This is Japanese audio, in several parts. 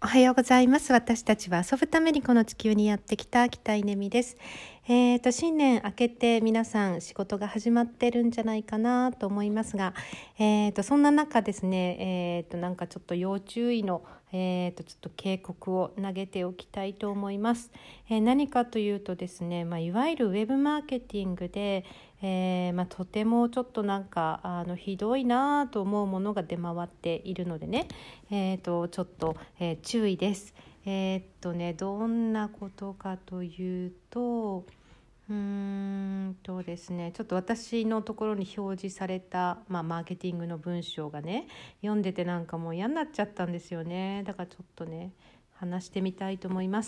おはようございます。私たちは遊ぶためにこの地球にやってきた北稲美です。新年明けて皆さん仕事が始まってるんじゃないかなと思いますが、そんな中ですね、なんかちょっと要注意のちょっと警告を投げておきたいと思います。何かというとですね、いわゆるウェブマーケティングで、とてもちょっとなんかひどいなと思うものが出回っているのでね、ちょっと、注意です。どんなことかというとですね、ちょっと私のところに表示された、マーケティングの文章がね、読んでてなんかもう嫌になっちゃったんですよね。だからちょっとね話してみたいと思います。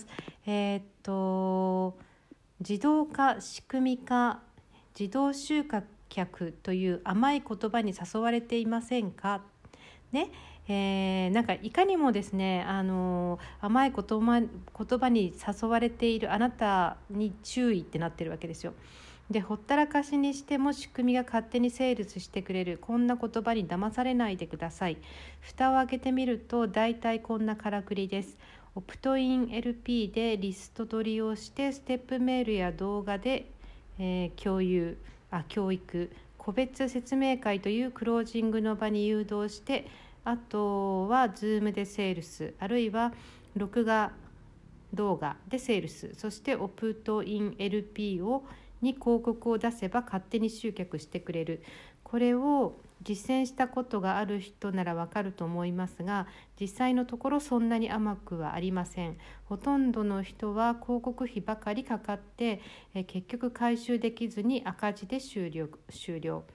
自動化、仕組み化、自動集客という甘い言葉に誘われていませんかね。なんかいかにもですね、甘い言葉に誘われているあなたに注意ってなってるわけですよ。で、ほったらかしにしても仕組みが勝手にセールスしてくれる、こんな言葉に騙されないでください。蓋を開けてみると大体こんなからくりです。オプトイン LP でリスト取りをしてステップメールや動画で、教育、個別説明会というクロージングの場に誘導して、あとは Zoom でセールス、あるいは録画動画でセールス、そしてオプトイン LP に広告を出せば勝手に集客してくれる。これを実践したことがある人ならわかると思いますが、実際のところそんなに甘くはありません。ほとんどの人は広告費ばかりかかって結局回収できずに赤字で終了。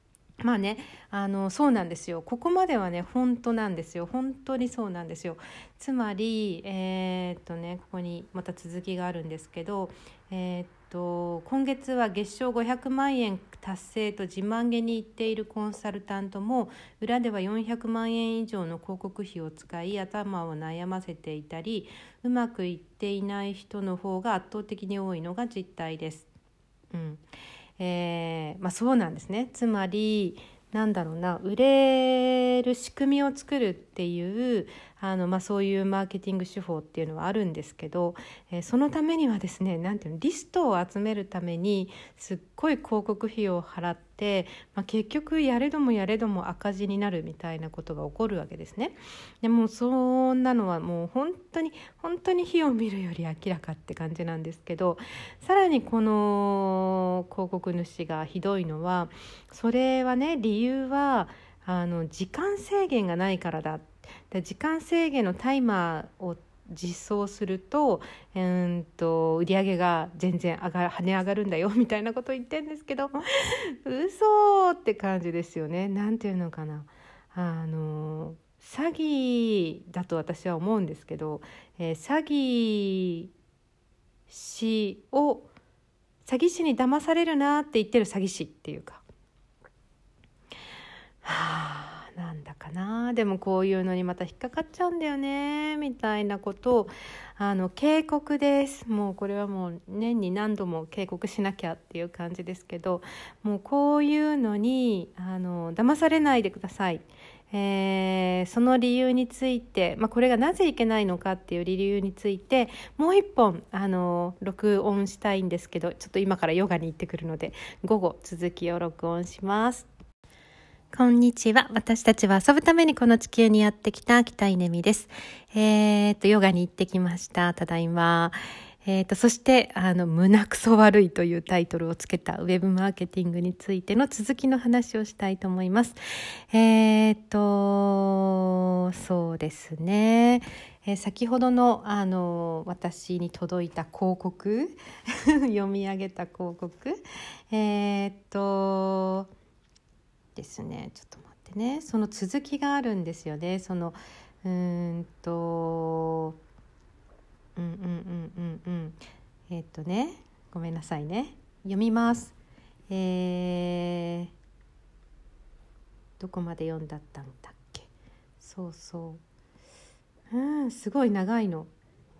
そうなんですよ。ここまではね本当なんですよ。本当にそうなんですよ。つまりここにまた続きがあるんですけど、今月は月賞500万円達成と自慢げに言っているコンサルタントも、裏では400万円以上の広告費を使い頭を悩ませていたり、うまくいっていない人の方が圧倒的に多いのが実態です。そうなんですね。つまり売れる仕組みを作るっていうそういうマーケティング手法っていうのはあるんですけど、そのためにはですね、リストを集めるためにすっごい広告費を払って、結局やれども赤字になるみたいなことが起こるわけですね。でもそんなのはもう本当に火を見るより明らかって感じなんですけど、さらにこの広告主がひどいのは、それはね、理由は時間制限がないからだ。時間制限のタイマーを実装すると、売り上げが全然跳ね上がるんだよみたいなことを言ってるんですけど嘘って感じですよね。なんていうのかな、詐欺だと私は思うんですけど、詐欺師に騙されるなって言ってる詐欺師っていうか、なんだかな、でもこういうのにまた引っかかっちゃうんだよねみたいなことを警告です。もうこれはもう年に何度も警告しなきゃっていう感じですけど、もうこういうのに騙されないでください。その理由について、これがなぜいけないのかっていう理由についてもう一本録音したいんですけど、ちょっと今からヨガに行ってくるので午後続きを録音します。こんにちは。私たちは遊ぶためにこの地球にやってきた北稲美です。ヨガに行ってきました。ただいま。そして胸くそ悪いというタイトルをつけたウェブマーケティングについての続きの話をしたいと思います。そうですね。先ほどの私に届いた広告読み上げた広告ですね、ちょっと待ってね、その続きがあるんですよね。ごめんなさいね、読みます。どこまで読んだったんだっけ。すごい長いの。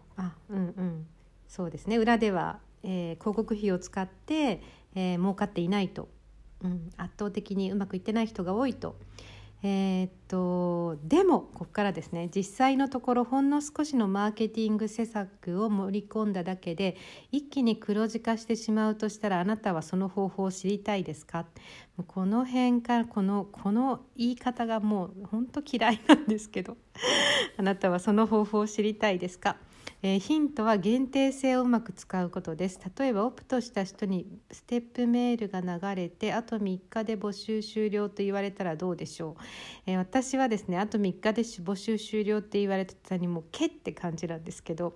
そうですね。裏では、広告費を使って、儲かっていないと、圧倒的にうまくいってない人が多いと、 でもここからですね、実際のところほんの少しのマーケティング施策を盛り込んだだけで一気に黒字化してしまうとしたら、あなたはその方法を知りたいですか。この辺からこの言い方がもう本当嫌いなんですけどあなたはその方法を知りたいですか。ヒントは限定性をうまく使うことです。例えばオプトした人にステップメールが流れてあと3日で募集終了と言われたらどうでしょう。私はですね、あと3日で募集終了って言われたにもけって感じなんですけど、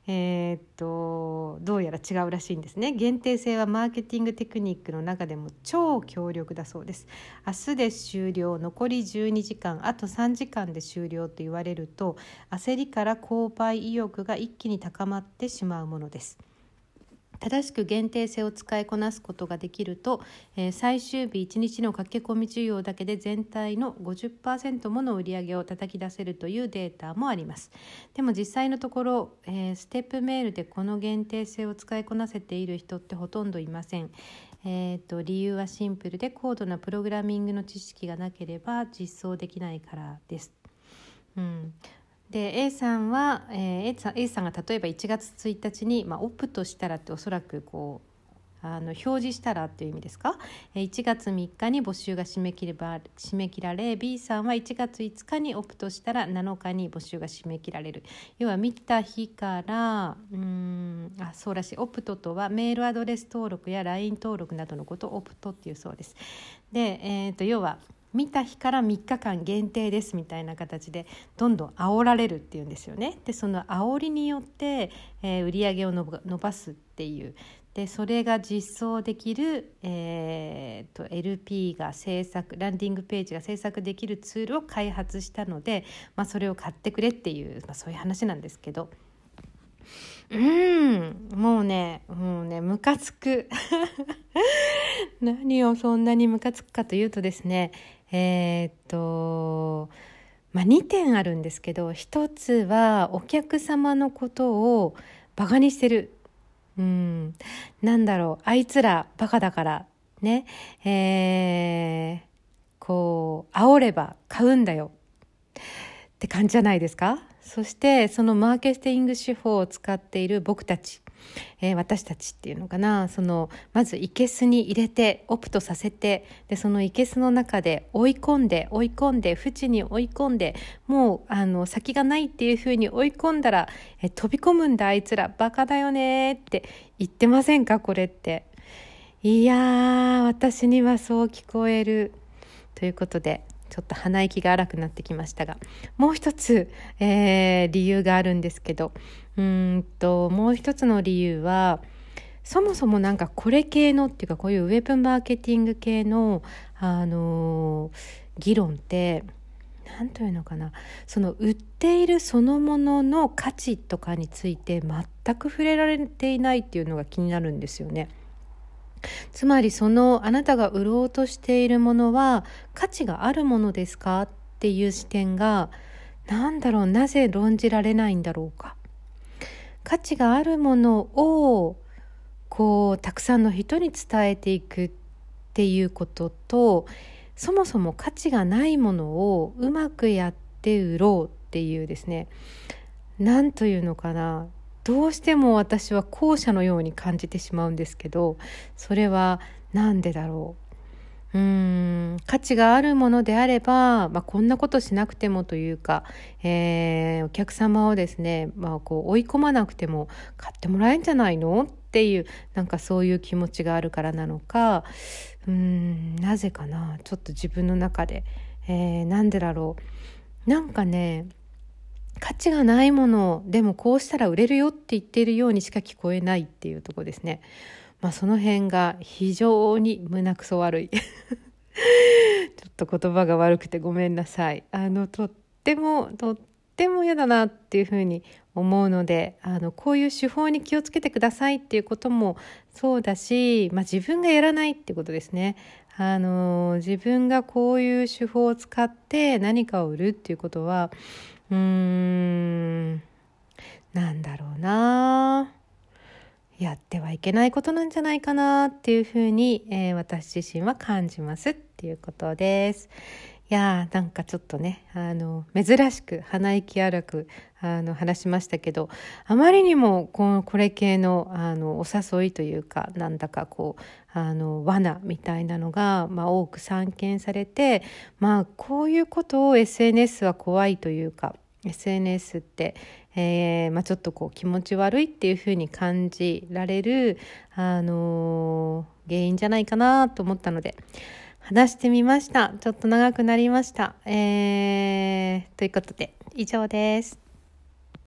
どうやら違うらしいんですね。限定性はマーケティングテクニックの中でも超強力だそうです。明日で終了、残り12時間、あと3時間で終了と言われると、焦りから購買意欲が一気に高まってしまうものです。正しく限定性を使いこなすことができると、最終日1日の駆け込み需要だけで全体の 50% もの売り上げを叩き出せるというデータもあります。でも実際のところ、ステップメールでこの限定性を使いこなせている人ってほとんどいません。理由はシンプルで、高度なプログラミングの知識がなければ実装できないからです。で A さんは、A さんが例えば1月1日に、オプトしたらっておそらく表示したらっていう意味ですか。1月3日に募集が締め切られ、 B さんは1月5日にオプトしたら7日に募集が締め切られる。要は見た日からそうらしい。オプトとはメールアドレス登録や LINE 登録などのことをオプトっていうそうです。で、要は見た日から3日間限定ですみたいな形でどんどん煽られるっていうんですよね。でその煽りによって、売り上げを伸ばすっていう。でそれが実装できる、LP が制作、ランディングページが制作できるツールを開発したので、それを買ってくれっていう、そういう話なんですけど、もうねムカつく何をそんなにムカつくかというとですね、2点あるんですけど、1つはお客様のことをバカにしてる。なんだろう、あいつらバカだからね、煽れば買うんだよって感じじゃないですか。そしてそのマーケティング手法を使っている僕たち、私たちっていうのかな、まずイケスに入れてオプトさせて、でそのイケスの中で追い込んで縁に追い込んで、もう先がないっていう風に追い込んだら、飛び込むんだあいつらバカだよねって言ってませんか。これっていやー、私にはそう聞こえるということで、ちょっと鼻息が荒くなってきましたが、もう一つ、理由があるんですけど、もう一つの理由は、そもそもこれ系のっていうか、こういうウェブマーケティング系の、議論って何というのかな、その売っているそのものの価値とかについて全く触れられていないっていうのが気になるんですよね。つまりあなたが売ろうとしているものは価値があるものですかっていう視点がなぜ論じられないんだろうか。価値があるものをたくさんの人に伝えていくっていうことと、そもそも価値がないものをうまくやって売ろうっていうですね、なんというのかな、どうしても私は後者のように感じてしまうんですけど、それはなんでだろう。価値があるものであれば、こんなことしなくてもというか、お客様をですね、追い込まなくても買ってもらえるんじゃないのっていう、そういう気持ちがあるからなのか、なぜかな、ちょっと自分の中で、なんでだろう、価値がないものでもこうしたら売れるよって言っているようにしか聞こえないっていうところですね。その辺が非常に胸くそ悪いちょっと言葉が悪くてごめんなさい。とっても嫌だなっていうふうに思うので、こういう手法に気をつけてくださいっていうこともそうだし、自分がやらないってことですね。自分がこういう手法を使って何かを売るっていうことは、なんだろうな、やってはいけないことなんじゃないかなっていうふうに、私自身は感じますっていうことです。 なんかちょっとね珍しく鼻息荒く話しましたけど、あまりにもこれ系のお誘いというか、なんだか罠みたいなのが、多く散見されて、こういうことを SNS は怖いというか、 SNS って、ちょっと気持ち悪いっていうふうに感じられる、原因じゃないかなと思ったので話してみました。ちょっと長くなりました。ということで以上です。